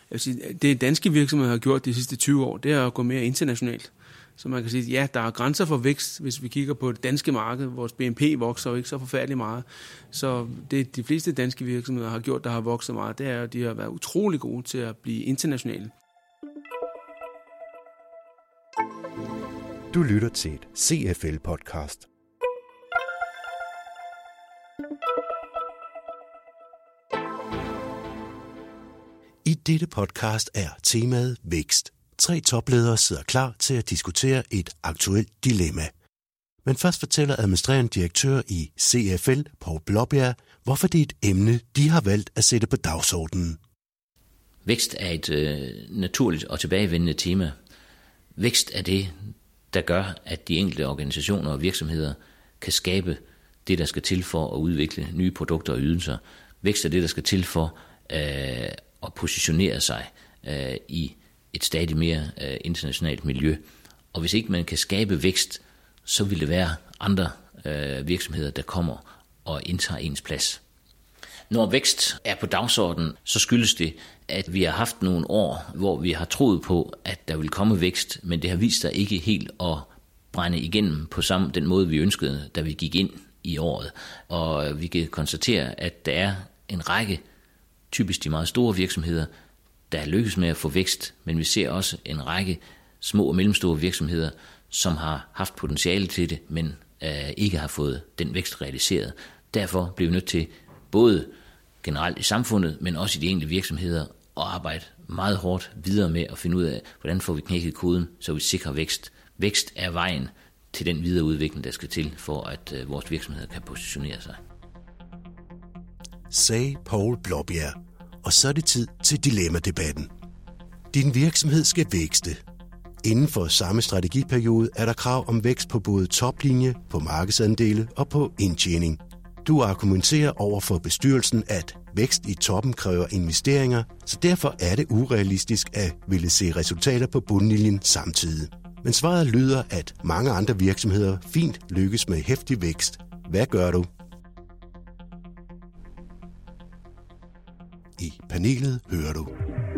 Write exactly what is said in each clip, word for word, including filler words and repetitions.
vil sige, det danske virksomheder har gjort de sidste tyve år, det er at gå mere internationalt. Så man kan sige, ja, der er grænser for vækst, hvis vi kigger på det danske marked. Vores B N P vokser jo ikke så forfærdeligt meget. Så det, de fleste danske virksomheder har gjort, der har vokset meget, det er, at de har været utrolig gode til at blive internationale. Du lytter til et C F L-podcast. I dette podcast er temaet vækst. Tre topledere sidder klar til at diskutere et aktuelt dilemma. Men først fortæller administrerende direktør i C F L, Poul Blåbjerg, hvorfor det er et emne, de har valgt at sætte på dagsordenen. Vækst er et øh, naturligt og tilbagevendende tema. Vækst er det, der gør, at de enkelte organisationer og virksomheder kan skabe det, der skal til for at udvikle nye produkter og ydelser. Vækst er det, der skal til for øh, at positionere sig øh, i et stadig mere øh, internationalt miljø. Og hvis ikke man kan skabe vækst, så vil det være andre øh, virksomheder, der kommer og indtager ens plads. Når vækst er på dagsordenen, så skyldes det, at vi har haft nogle år, hvor vi har troet på, at der vil komme vækst, men det har vist sig ikke helt at brænde igennem på samme den måde, vi ønskede, da vi gik ind i året. Og vi kan konstatere, at der er en række, typisk de meget store virksomheder, der lykkes med at få vækst, men vi ser også en række små og mellemstore virksomheder, som har haft potentiale til det, men øh, ikke har fået den vækst realiseret. Derfor bliver vi nødt til både generelt i samfundet, men også i de enkelte virksomheder, at arbejde meget hårdt videre med at finde ud af, hvordan får vi knækket koden, så vi sikrer vækst. Vækst er vejen til den videre udvikling, der skal til, for at øh, vores virksomheder kan positionere sig. Sagde Poul Blåbjerg. Og så er det tid til dilemma-debatten. Din virksomhed skal vækste. Inden for samme strategiperiode er der krav om vækst på både toplinje, på markedsandele og på indtjening. Du argumenterer over for bestyrelsen, at vækst i toppen kræver investeringer, så derfor er det urealistisk at ville se resultater på bundlinjen samtidig. Men svaret lyder, at mange andre virksomheder fint lykkes med heftig vækst. Hvad gør du? I panelet hører du.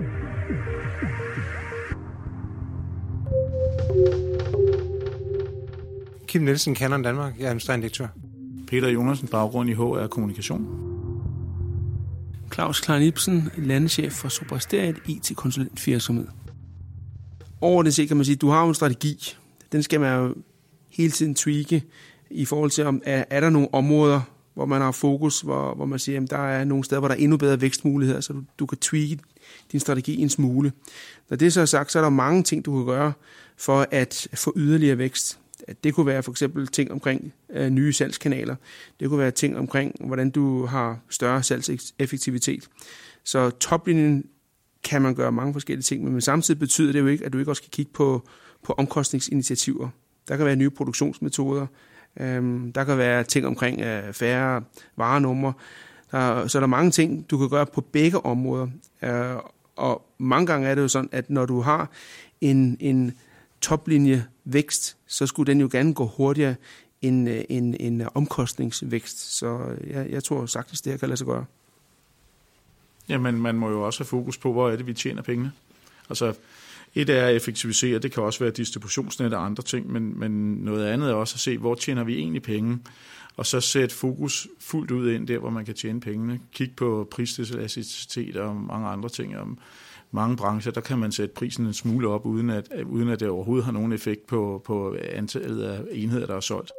Kim Nielsen, Canon Danmark. Jeg er administrerende direktør. Peter Jonasen, baggrund i H R Kommunikation. Claus Klein Ibsen, landeschef for Soprasteria, I T-konsulentvirksomhed. Over det set kan man sige, at du har jo en strategi. Den skal man jo hele tiden tweake i forhold til, om er, er der nogle områder, hvor man har fokus, hvor, hvor man siger, at der er nogle steder, hvor der er endnu bedre vækstmuligheder, så du, du kan tweake din strategi en smule. Når det så er sagt, så er der mange ting, du kan gøre for at få yderligere vækst. Det kunne være for eksempel ting omkring øh, nye salgskanaler. Det kunne være ting omkring, hvordan du har større salgseffektivitet. Så toplinjen kan man gøre mange forskellige ting, men samtidig betyder det jo ikke, at du ikke også kan kigge på, på omkostningsinitiativer. Der kan være nye produktionsmetoder. Øhm, der kan være ting omkring øh, færre varenumre. Der, så der er mange ting, du kan gøre på begge områder. Øh, og mange gange er det jo sådan, at når du har en, en toplinje vækst, så skulle den jo gerne gå hurtigere end en, en omkostningsvækst. Så jeg, jeg tror sagtens, det her kan lade sig gøre. Jamen, man må jo også have fokus på, hvor er det, vi tjener pengene. Altså, et er at effektivisere, det kan også være distributionsnet og andre ting, men, men noget andet er også at se, hvor tjener vi egentlig penge, og så sætte fokus fuldt ud ind der, hvor man kan tjene pengene. Kig på priselasticitet og mange andre ting. Om mange brancher, der kan man sætte prisen en smule op, uden at, uden at det overhovedet har nogen effekt på, på antallet af enheder, der er solgt.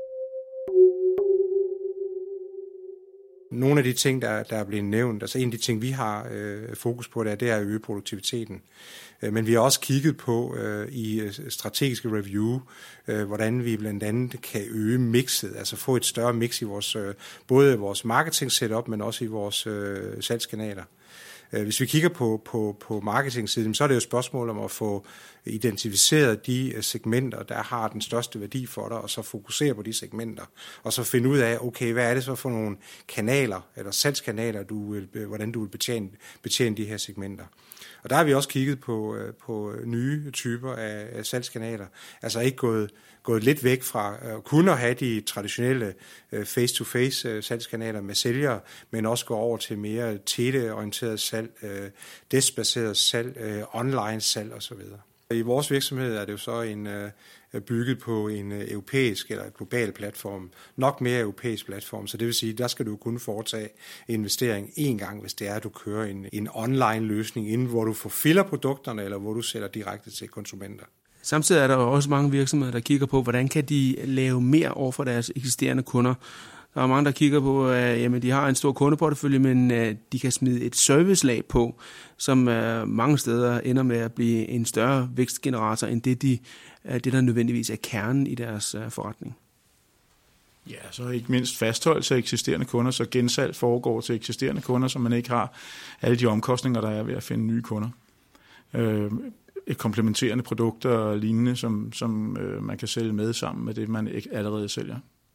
Nogle af de ting, der, der er blevet nævnt, altså en af de ting, vi har øh, fokus på, det er, det er at øge produktiviteten. Øh, men vi har også kigget på øh, i strategiske review, øh, hvordan vi blandt andet kan øge mixet, altså få et større mix i vores, øh, både vores marketing setup, men også i vores øh, salgskanaler. Hvis vi kigger på, på, på marketing-siden, så er det jo et spørgsmål om at få identificeret de segmenter, der har den største værdi for dig, og så fokusere på de segmenter, og så finde ud af, okay, hvad er det så for nogle kanaler, eller salgskanaler, du vil, hvordan du vil betjene, betjene de her segmenter. Og der har vi også kigget på, på nye typer af salgskanaler, altså ikke gået, gået lidt væk fra at kunne have de traditionelle face-to-face salgskanaler med sælgere, men også gå over til mere teleorienterede salg, salg, øh, deskbaseret salg, øh, online salg osv. I vores virksomhed er det jo så en, øh, bygget på en øh, europæisk eller global platform, nok mere europæisk platform, så det vil sige, der skal du kun foretage investering én gang, hvis det er, at du kører en, en online løsning, inden hvor du forfiller produkterne, eller hvor du sælger direkte til konsumenter. Samtidig er der også mange virksomheder, der kigger på, hvordan kan de lave mere over for deres eksisterende kunder. Der er mange, der kigger på, at jamen, de har en stor kundeportefølje, men uh, de kan smide et servicelag på, som uh, mange steder ender med at blive en større vækstgenerator, end det, de, uh, det der nødvendigvis er kernen i deres uh, forretning. Ja, så ikke mindst fastholdelse af eksisterende kunder, så gensalg foregår til eksisterende kunder, så man ikke har alle de omkostninger, der er ved at finde nye kunder. Uh, et komplementerende produkter og lignende, som, som uh, man kan sælge med sammen med det, man allerede sælger.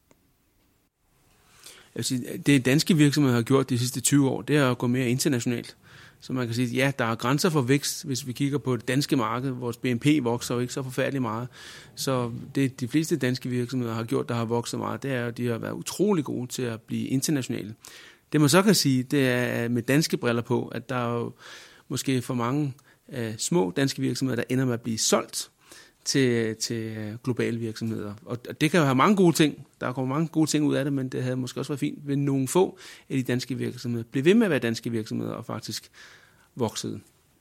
Jeg vil sige, det danske virksomheder har gjort de sidste tyve år, det er at gå mere internationalt. Så man kan sige, ja, der er grænser for vækst, hvis vi kigger på det danske marked. Vores B N P vokser jo ikke så forfærdeligt meget. Så det de fleste danske virksomheder har gjort, der har vokset meget, det er, at de har været utrolig gode til at blive internationale. Det man så kan sige, det er med danske briller på, at der er jo måske for mange uh, små danske virksomheder, der ender med at blive solgt til, til globale virksomheder. Og det kan jo have mange gode ting. Der kommer mange gode ting ud af det, men det havde måske også været fint, hvis nogle få af de danske virksomheder blev ved med at være danske virksomheder og faktisk voksede.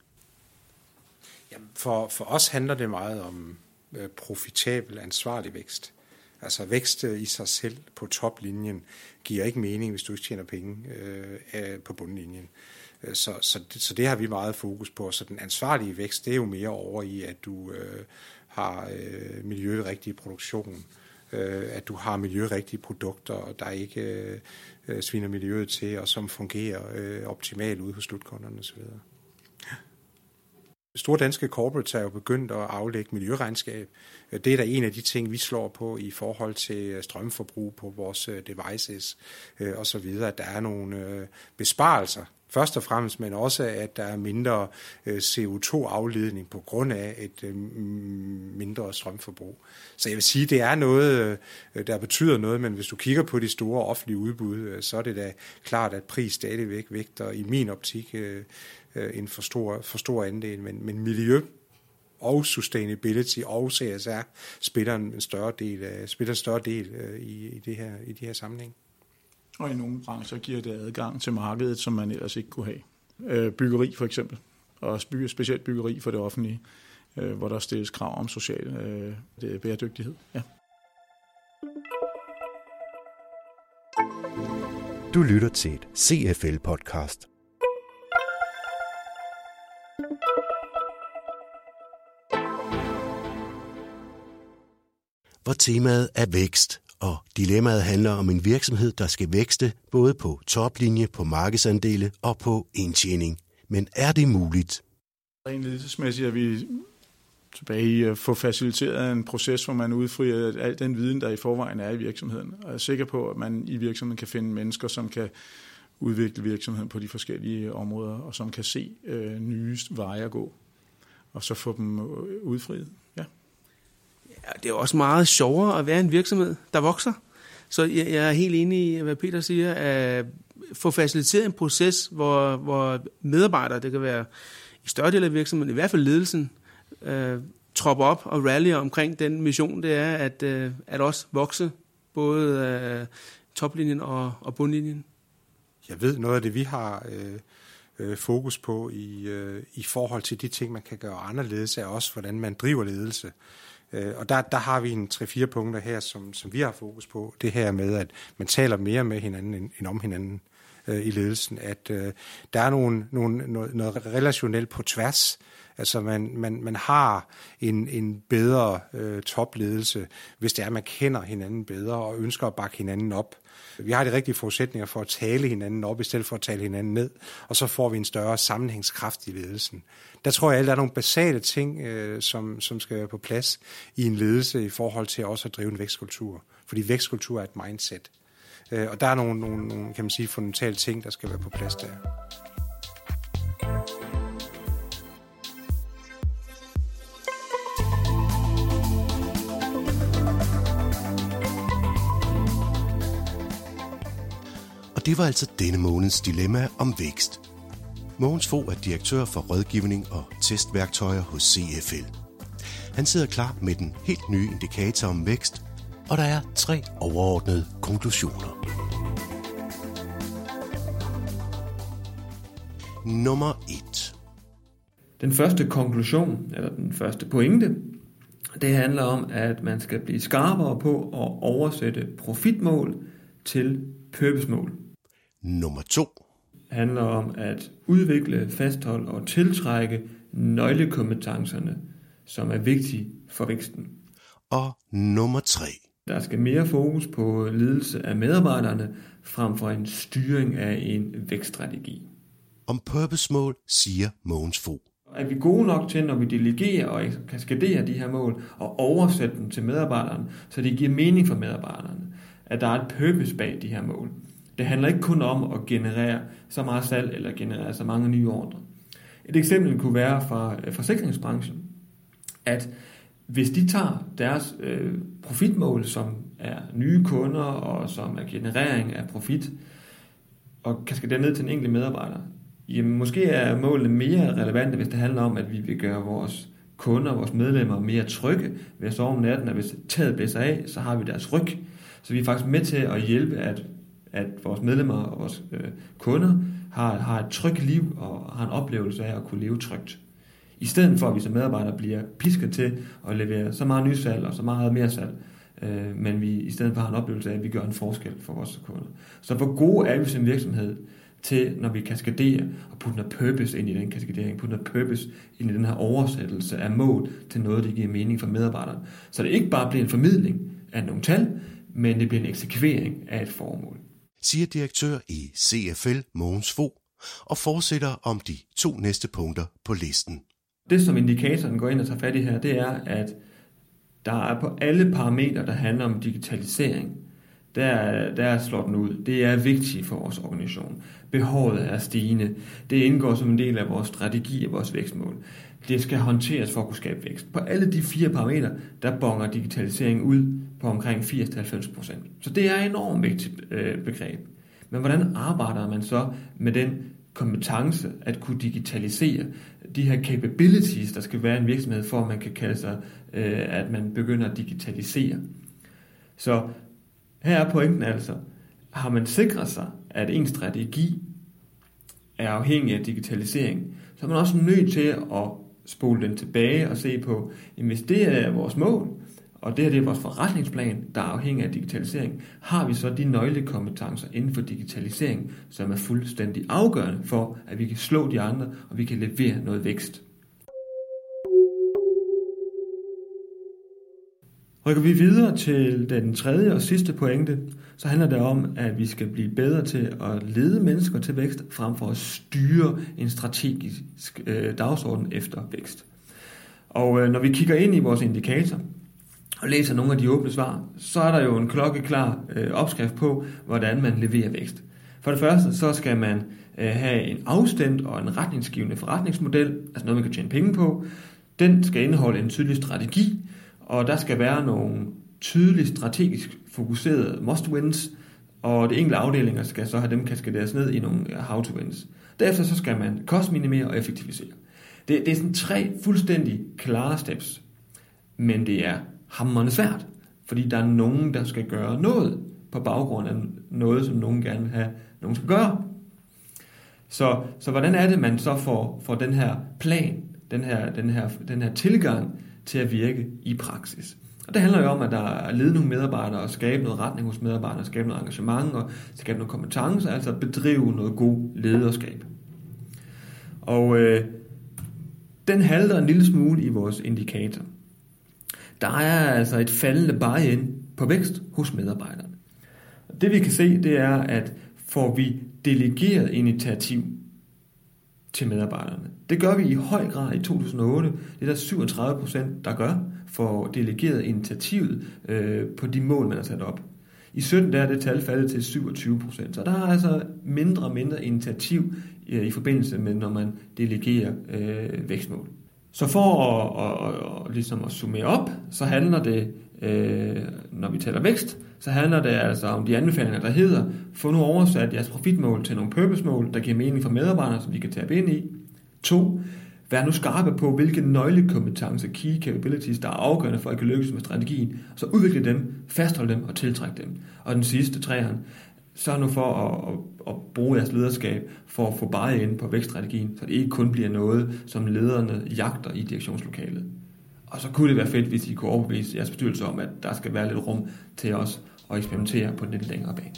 Jamen for, for os handler det meget om øh, profitabel, ansvarlig vækst. Altså vækst i sig selv på toplinjen giver ikke mening, hvis du ikke tjener penge øh, på bundlinjen. Så, så, så det har vi meget fokus på. Så den ansvarlige vækst, det er jo mere over i, at du øh, har øh, miljørigtig produktion, øh, at du har miljørigtige produkter, der ikke øh, sviner miljøet til, og som fungerer øh, optimalt ude hos slutkunderne osv. Store danske corporates er jo begyndt at aflægge miljøregnskab. Det er da en af de ting, vi slår på i forhold til strømforbrug på vores devices osv., at der er nogle besparelser. Først og fremmest, men også, at der er mindre C O to afledning på grund af et mindre strømforbrug. Så jeg vil sige, det er noget, der betyder noget, men hvis du kigger på de store offentlige udbud, så er det da klart, at pris stadigvæk vægter i min optik en for stor, for stor andel, men, men miljø og sustainability og C S R spiller en større del, spiller en større del i, i, det her, i de her sammenhæng. Og i nogle brancher giver det adgang til markedet, som man ellers ikke kunne have. Byggeri for eksempel, og specielt byggeri for det offentlige, hvor der stilles krav om social bæredygtighed. Ja. Du lytter til et C F L-podcast. Hvor temaet er vækst, og dilemmaet handler om en virksomhed, der skal vækste både på toplinje, på markedsandele og på indtjening. Men er det muligt? Rent ledelsesmæssigt er vi tilbage i at få faciliteret en proces, hvor man udfrier al den viden, der i forvejen er i virksomheden. Og jeg er sikker på, at man i virksomheden kan finde mennesker, som kan udvikle virksomheden på de forskellige områder, og som kan se øh, nye veje at gå, og så få dem udfriet. Ja. Ja, det er også meget sjovere at være en virksomhed, der vokser. Så jeg, jeg er helt enig i, hvad Peter siger, at få faciliteret en proces, hvor, hvor medarbejdere, det kan være i større del af virksomheden, i hvert fald ledelsen, øh, tropper op og rallyer omkring den mission, det er at, øh, at også vokse, både øh, toplinjen og, og bundlinjen. Jeg ved noget af det, vi har øh, fokus på i, øh, i forhold til de ting, man kan gøre anderledes, er også, hvordan man driver ledelse. Og der, der har vi en tre-fire punkter her, som, som vi har fokus på. Det her med, at man taler mere med hinanden end, end om hinanden øh, i ledelsen. At øh, der er nogle, nogle, noget, noget relationelt på tværs. Altså man, man, man har en, en bedre øh, topledelse, hvis det er, at man kender hinanden bedre og ønsker at bakke hinanden op. Vi har de rigtige forudsætninger for at tale hinanden op, i stedet for at tale hinanden ned, og så får vi en større sammenhængskraft i ledelsen. Der tror jeg, at der er nogle basale ting, øh, som, som skal være på plads i en ledelse i forhold til også at drive en vækstkultur. Fordi vækstkultur er et mindset. Øh, og der er nogle, nogle, nogle, kan man sige, fundamentale ting, der skal være på plads der. Det var altså denne måneds dilemma om vækst. Mogens Fogh er direktør for rådgivning og testværktøjer hos C F L. Han sidder klar med den helt nye indikator om vækst, og der er tre overordnede konklusioner. Nummer et. Den første konklusion, eller den første pointe, det handler om, at man skal blive skarpere på at oversætte profitmål til purpose-mål. Nummer to. Det handler om at udvikle, fastholde og tiltrække nøglekompetencerne, som er vigtige for væksten. Og nummer tre. Der skal mere fokus på ledelse af medarbejderne, frem for en styring af en vækststrategi. Om purpose-mål siger Mogens Fogh. Er vi gode nok til, når vi delegerer og kaskaderer de her mål, og oversætte dem til medarbejderne, så det giver mening for medarbejderne, at der er et purpose bag de her mål. Det handler ikke kun om at generere så meget salg, eller generere så mange nye ordrer. Et eksempel kunne være fra forsikringsbranchen, at hvis de tager deres øh, profitmål, som er nye kunder, og som er generering af profit, og kaskaderer ned til den enkelte medarbejder, jamen måske er målene mere relevante, hvis det handler om, at vi vil gøre vores kunder, vores medlemmer mere trygge ved at sove om natten, og hvis taget blæser af, så har vi deres ryg. Så vi er faktisk med til at hjælpe, at, at vores medlemmer og vores øh, kunder har, har et trygt liv og har en oplevelse af at kunne leve trygt. I stedet for, at vi som medarbejdere bliver pisket til at levere så meget nysalg og så meget mere salg, øh, men vi i stedet for har en oplevelse af, at vi gør en forskel for vores kunder. Så hvor gode er vi som virksomhed til, når vi kaskaderer og putter noget purpose ind i den kaskadering, putter noget purpose ind i den her oversættelse af mål til noget, der giver mening for medarbejderne. Så det ikke bare bliver en formidling af nogle tal, men det bliver en eksekvering af et formål. Siger direktør i C F L Mogens Fogh og fortsætter om de to næste punkter på listen. Det, som indikatoren går ind og tager fat i her, det er, at der er på alle parametre, der handler om digitalisering, der, der slår den ud. Det er vigtigt for vores organisation. Behovet er stigende. Det indgår som en del af vores strategi og vores vækstmål. Det skal håndteres for at kunne skabe vækst. På alle de fire parametre, der bonger digitalisering ud på omkring firs til halvfems procent. Så det er et enormt vigtigt øh, begreb. Men hvordan arbejder man så med den kompetence at kunne digitalisere de her capabilities, der skal være en virksomhed for, at man kan kalde sig, øh, at man begynder at digitalisere. Så her er pointen altså, har man sikret sig, at en strategi er afhængig af digitalisering, så er man også nødt til at spole den tilbage og se på, jamen hvis det er vores mål, og det her det er vores forretningsplan, der er afhængig af digitalisering, har vi så de nøglekompetencer inden for digitalisering, som er fuldstændig afgørende for, at vi kan slå de andre, og vi kan levere noget vækst. Rykker vi videre til den tredje og sidste pointe, så handler det om, at vi skal blive bedre til at lede mennesker til vækst, frem for at styre en strategisk øh, dagsorden efter vækst. Og øh, når vi kigger ind i vores indikator og læser nogle af de åbne svar, så er der jo en klokkeklar øh, opskrift på, hvordan man leverer vækst. For det første, så skal man øh, have en afstemt og en retningsgivende forretningsmodel, altså noget, man kan tjene penge på. Den skal indeholde en tydelig strategi, og der skal være nogle tydeligt strategisk fokuserede must-wins, og de enkelte afdelinger skal så have dem kaskaderes ned i nogle how-to-wins. Derefter så skal man kostminimere og effektivisere. Det, det er sådan tre fuldstændig klare steps, men det er hamrende svært, fordi der er nogen, der skal gøre noget på baggrund af noget, som nogen gerne vil have, nogen skal gøre. Så, så hvordan er det, man så får, får den her plan, den her, den, her, den her tilgang til at virke i praksis? Og det handler jo om, at der er lede nogle medarbejdere og skabe noget retning hos medarbejdere, skabe noget engagement og skabe noget kompetence, altså bedrive noget god lederskab. Og øh, den halter en lille smule i vores indikator. Der er altså et faldende buy-in på vækst hos medarbejderne. Det vi kan se, det er, at får vi delegeret initiativ til medarbejderne. Det gør vi i høj grad i to tusind og otte. Det er der syvogtredive procent, der gør, for delegeret initiativet øh, på de mål, man har sat op. I sytten der er det tal faldet til syvogtyve procent. Så der er altså mindre og mindre initiativ øh, i forbindelse med, når man delegerer øh, vækstmål. Så for at, at, at, at, ligesom at summere op, så handler det øh, når vi taler vækst, så handler det altså om de anbefalinger, der hedder, få nu oversat jeres profitmål til nogle purpose-mål, der giver mening for medarbejdere, som vi kan tabe ind i. To, vær nu skarpe på, hvilke nøglekompetencer, key capabilities, der er afgørende for at kan lykkes med strategien, så udvikle dem, fastholde dem og tiltrække dem. Og den sidste, træeren, sørg nu for at, at, at bruge jeres lederskab for at få bare ind på vækststrategien, så det ikke kun bliver noget, som lederne jagter i direktionslokalet. Og så kunne det være fedt, hvis I kunne overbevise jeres bestyrelse om, at der skal være lidt rum til os at eksperimentere på en lidt længere bane.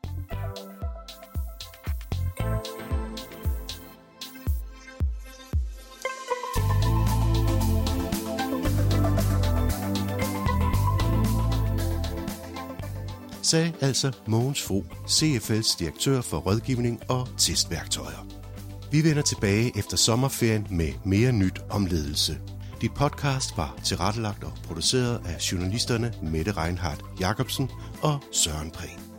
Sagde altså Mogens Fog, C F L's direktør for rådgivning og testværktøjer. Vi vender tilbage efter sommerferien med mere nyt om ledelse. Dit podcast var tilrettelagt og produceret af journalisterne Mette Reinhardt Jacobsen og Søren Prehn.